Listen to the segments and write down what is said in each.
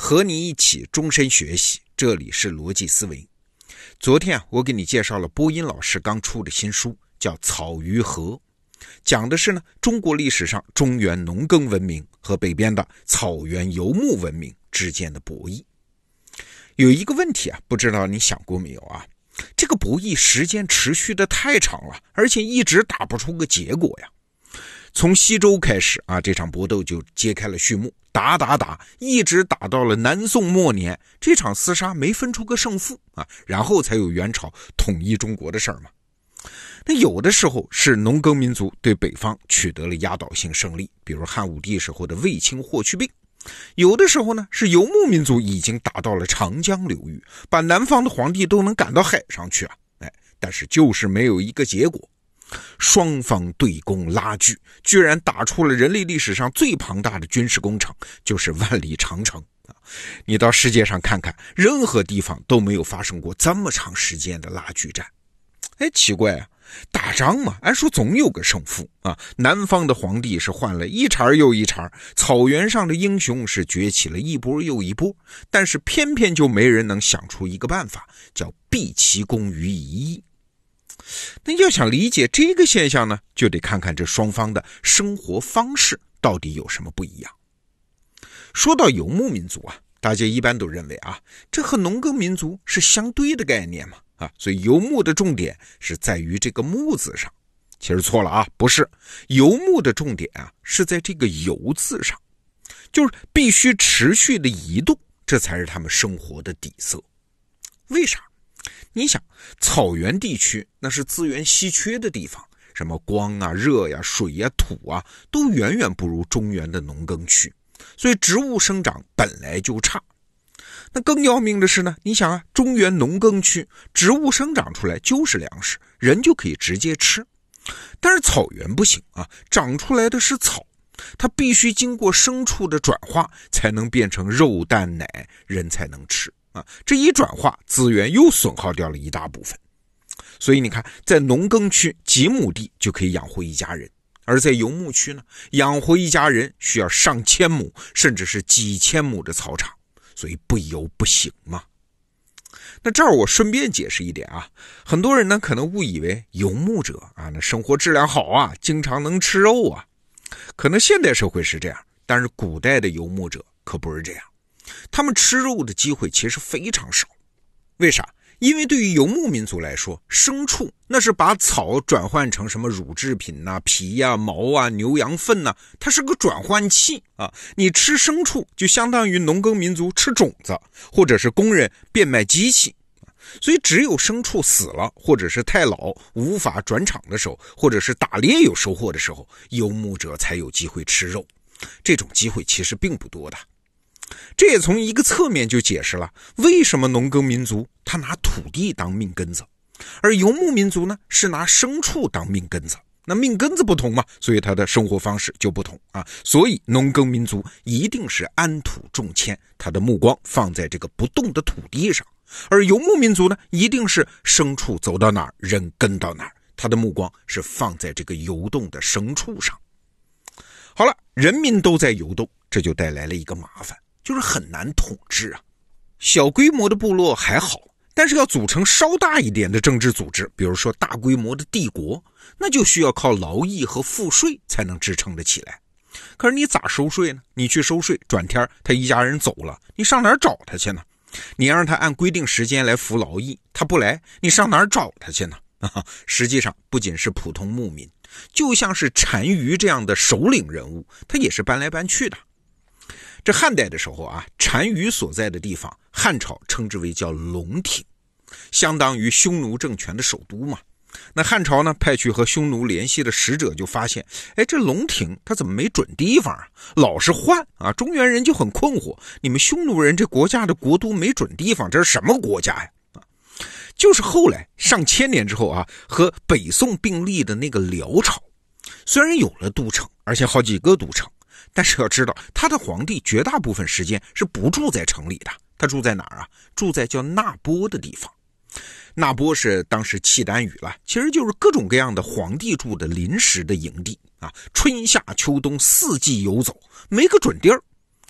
和你一起终身学习，这里是逻辑思维。昨天我给你介绍了播音老师刚出的新书，叫《草与河》，讲的是呢中国历史上中原农耕文明和北边的草原游牧文明之间的博弈。有一个问题啊，不知道你想过没有啊？这个博弈时间持续的太长了，而且一直打不出个结果呀。从西周开始啊，这场搏斗就揭开了序幕，打，一直打到了南宋末年，这场厮杀没分出个胜负啊，然后才有元朝统一中国的事儿嘛。那有的时候是农耕民族对北方取得了压倒性胜利，比如汉武帝时候的卫青霍去病；有的时候呢是游牧民族已经打到了长江流域，把南方的皇帝都能赶到海上去啊，但是就是没有一个结果。双方对攻拉锯，居然打出了人类历史上最庞大的军事工程，就是万里长城。你到世界上看看，任何地方都没有发生过这么长时间的拉锯战。奇怪啊，打仗嘛，按说总有个胜负啊。南方的皇帝是换了一茬又一茬，草原上的英雄是崛起了一波又一波，但是偏偏就没人能想出一个办法，叫毕其功于一役。那要想理解这个现象呢，就得看看这双方的生活方式到底有什么不一样。说到游牧民族啊，大家一般都认为啊，这和农耕民族是相对的概念嘛，所以游牧的重点是在于这个牧字上。其实错了啊，不是，游牧的重点啊是在这个游字上，就是必须持续的移动，这才是他们生活的底色。为啥？你想，草原地区那是资源稀缺的地方，什么光啊、热呀、水啊、土啊，都远远不如中原的农耕区，所以植物生长本来就差。那更要命的是呢，你想啊，中原农耕区植物生长出来就是粮食，人就可以直接吃。但是草原不行啊，长出来的是草，它必须经过牲畜的转化，才能变成肉蛋奶，人才能吃。这一转化，资源又损耗掉了一大部分。所以你看，在农耕区几亩地就可以养活一家人，而在游牧区呢，养活一家人需要上千亩甚至是几千亩的草场，所以不游不行嘛。那这儿我顺便解释一点啊，很多人呢可能误以为游牧者啊，那生活质量好啊，经常能吃肉啊。可能现代社会是这样，但是古代的游牧者可不是这样。他们吃肉的机会其实非常少。为啥？因为对于游牧民族来说，牲畜那是把草转换成什么乳制品啊、皮啊、毛啊、牛羊粪啊，它是个转换器啊。你吃牲畜就相当于农耕民族吃种子，或者是工人变卖机器。所以只有牲畜死了，或者是太老无法转场的时候，或者是打猎有收获的时候，游牧者才有机会吃肉。这种机会其实并不多的。这也从一个侧面就解释了为什么农耕民族他拿土地当命根子，而游牧民族呢是拿牲畜当命根子。那命根子不同嘛，所以他的生活方式就不同啊。所以农耕民族一定是安土重迁，他的目光放在这个不动的土地上，而游牧民族呢一定是牲畜走到哪儿人跟到哪儿，他的目光是放在这个游动的牲畜上。好了，人民都在游动，这就带来了一个麻烦，就是很难统治啊。小规模的部落还好，但是要组成稍大一点的政治组织，比如说大规模的帝国，那就需要靠劳役和赋税才能支撑得起来。可是你咋收税呢？你去收税，转天他一家人走了，你上哪儿找他去呢？你让他按规定时间来服劳役，他不来，你上哪儿找他去呢？实际上不仅是普通牧民，就像是单于这样的首领人物，他也是搬来搬去的。这汉代的时候啊，单于所在的地方，汉朝称之为叫龙庭，相当于匈奴政权的首都嘛。那汉朝呢，派去和匈奴联系的使者就发现，这龙庭他怎么没准地方啊？老是换啊！中原人就很困惑，你们匈奴人这国家的国都没准地方，这是什么国家呀？就是后来上千年之后啊，和北宋并立的那个辽朝，虽然有了都城，而且好几个都城，但是要知道他的皇帝绝大部分时间是不住在城里的，他住在哪儿啊？住在叫那波的地方。那波是当时契丹语了，其实就是各种各样的皇帝住的临时的营地啊，春夏秋冬四季游走，没个准地儿。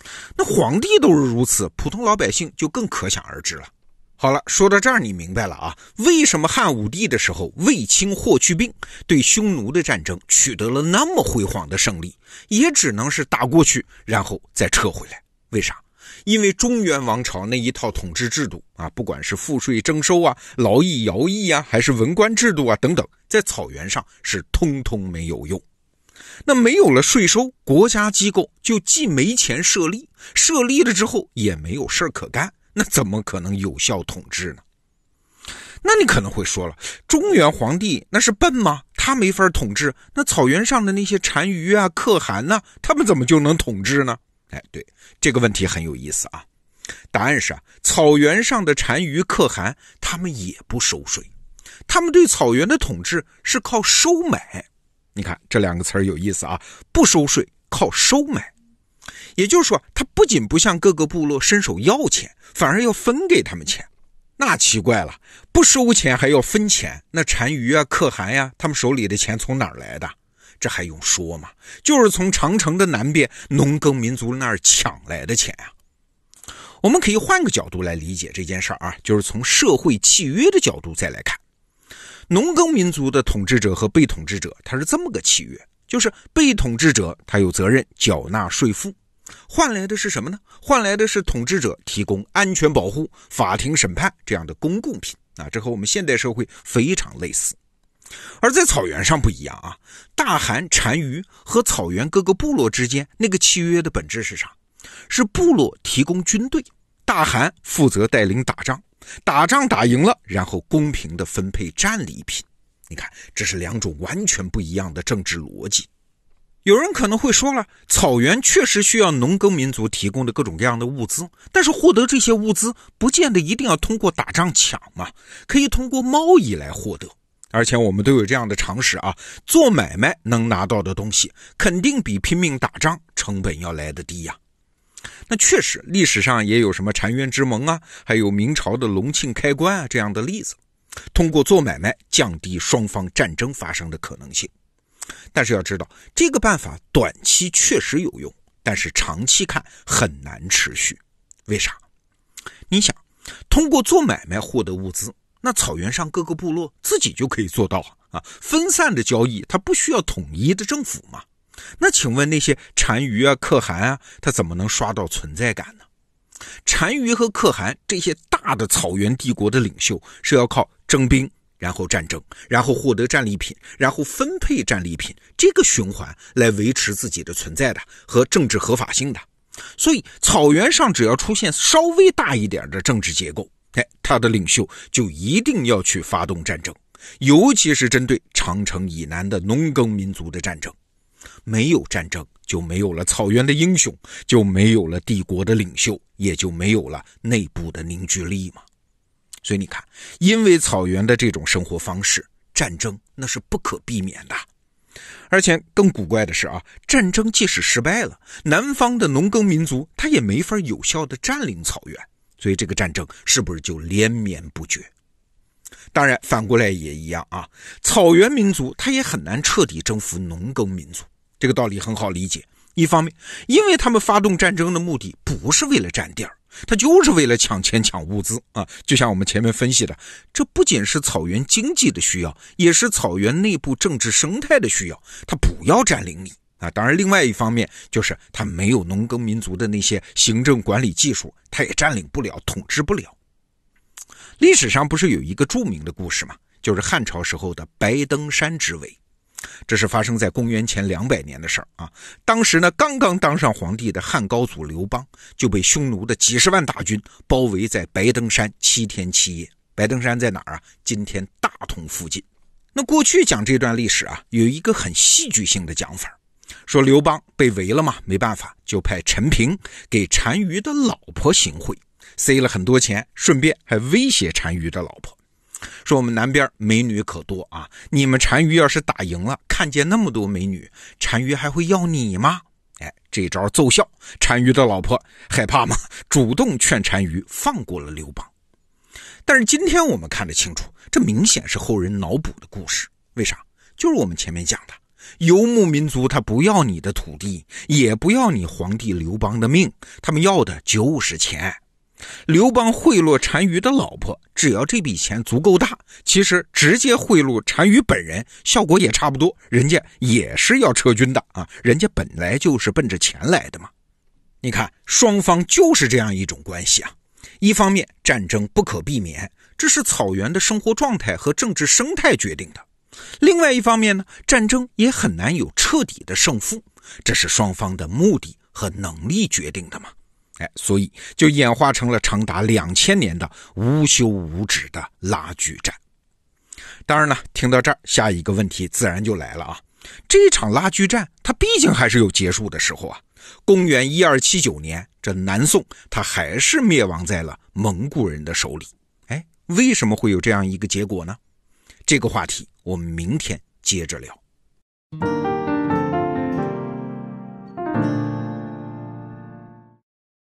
那皇帝都是如此，普通老百姓就更可想而知了。好了，说到这儿你明白了啊，为什么汉武帝的时候卫青霍去病对匈奴的战争取得了那么辉煌的胜利，也只能是打过去然后再撤回来。为啥？因为中原王朝那一套统治制度啊，不管是赋税征收啊、劳役徭役啊，还是文官制度啊等等，在草原上是通通没有用。那没有了税收，国家机构就既没钱设立，设立了之后也没有事可干，那怎么可能有效统治呢？那你可能会说了，中原皇帝那是笨吗？他没法统治，那草原上的那些单于啊、可汗啊，他们怎么就能统治呢？对，这个问题很有意思啊。答案是草原上的单于可汗他们也不收税，他们对草原的统治是靠收买。你看这两个词儿有意思啊，不收税，靠收买。也就是说，他不仅不向各个部落伸手要钱，反而要分给他们钱。那奇怪了，不收钱还要分钱，那单于啊、可汗呀，他们手里的钱从哪儿来的？这还用说吗？就是从长城的南边农耕民族那儿抢来的钱啊。我们可以换个角度来理解这件事儿啊，就是从社会契约的角度再来看。农耕民族的统治者和被统治者，他是这么个契约，就是被统治者他有责任缴纳税赋，换来的是什么呢？换来的是统治者提供安全保护、法庭审判这样的公共品啊，这和我们现代社会非常类似。而在草原上不一样啊，大汗、单于和草原各个部落之间那个契约的本质是啥？是部落提供军队，大汗负责带领打仗，打仗打赢了，然后公平的分配战利品。你看，这是两种完全不一样的政治逻辑。有人可能会说了，草原确实需要农耕民族提供的各种各样的物资，但是获得这些物资不见得一定要通过打仗抢嘛，可以通过贸易来获得。而且我们都有这样的常识啊，做买卖能拿到的东西肯定比拼命打仗成本要来得低呀。那确实历史上也有什么澶渊之盟啊，还有明朝的隆庆开关啊这样的例子，通过做买卖降低双方战争发生的可能性。但是要知道，这个办法短期确实有用，但是长期看很难持续。为啥？你想，通过做买卖获得物资，那草原上各个部落自己就可以做到啊，分散的交易它不需要统一的政府嘛。那请问那些单于啊、可汗啊，他怎么能刷到存在感呢？单于和可汗这些大的草原帝国的领袖是要靠征兵，然后战争，然后获得战利品，然后分配战利品，这个循环来维持自己的存在的和政治合法性的。所以草原上只要出现稍微大一点的政治结构，他的领袖就一定要去发动战争，尤其是针对长城以南的农耕民族的战争。没有战争，就没有了草原的英雄，就没有了帝国的领袖，也就没有了内部的凝聚力嘛。所以你看，因为草原的这种生活方式，战争那是不可避免的。而且更古怪的是啊，战争即使失败了，南方的农耕民族他也没法有效的占领草原，所以这个战争是不是就连绵不绝？当然反过来也一样啊，草原民族他也很难彻底征服农耕民族，这个道理很好理解。一方面，因为他们发动战争的目的不是为了占地儿，他就是为了抢钱抢物资啊！就像我们前面分析的，这不仅是草原经济的需要，也是草原内部政治生态的需要，他不要占领你啊！当然另外一方面就是他没有农耕民族的那些行政管理技术，他也占领不了，统治不了。历史上不是有一个著名的故事吗？就是汉朝时候的白登山之围。这是发生在公元前200年的事儿啊！当时呢，刚刚当上皇帝的汉高祖刘邦就被匈奴的几十万大军包围在白登山7天7夜。白登山在哪儿啊？今天大同附近。那过去讲这段历史啊，有一个很戏剧性的讲法，说刘邦被围了嘛，没办法，就派陈平给单于的老婆行贿，塞了很多钱，顺便还威胁单于的老婆。说我们南边美女可多啊，你们单于要是打赢了，看见那么多美女，单于还会要你吗？这招奏效，单于的老婆害怕吗？主动劝单于放过了刘邦。但是今天我们看得清楚，这明显是后人脑补的故事。为啥？就是我们前面讲的， 游牧民族他不要你的土地，也不要你皇帝刘邦的命，他们要的就是钱。刘邦贿赂单于的老婆，只要这笔钱足够大，其实直接贿赂单于本人效果也差不多，人家也是要撤军的啊，人家本来就是奔着钱来的嘛。你看，双方就是这样一种关系啊。一方面，战争不可避免，这是草原的生活状态和政治生态决定的。另外一方面呢，战争也很难有彻底的胜负，这是双方的目的和能力决定的嘛。所以就演化成了长达2000年的无休无止的拉锯战。当然了，听到这儿，下一个问题自然就来了啊。这场拉锯战它毕竟还是有结束的时候啊。公元1279年，这南宋它还是灭亡在了蒙古人的手里。为什么会有这样一个结果呢？这个话题我们明天接着聊。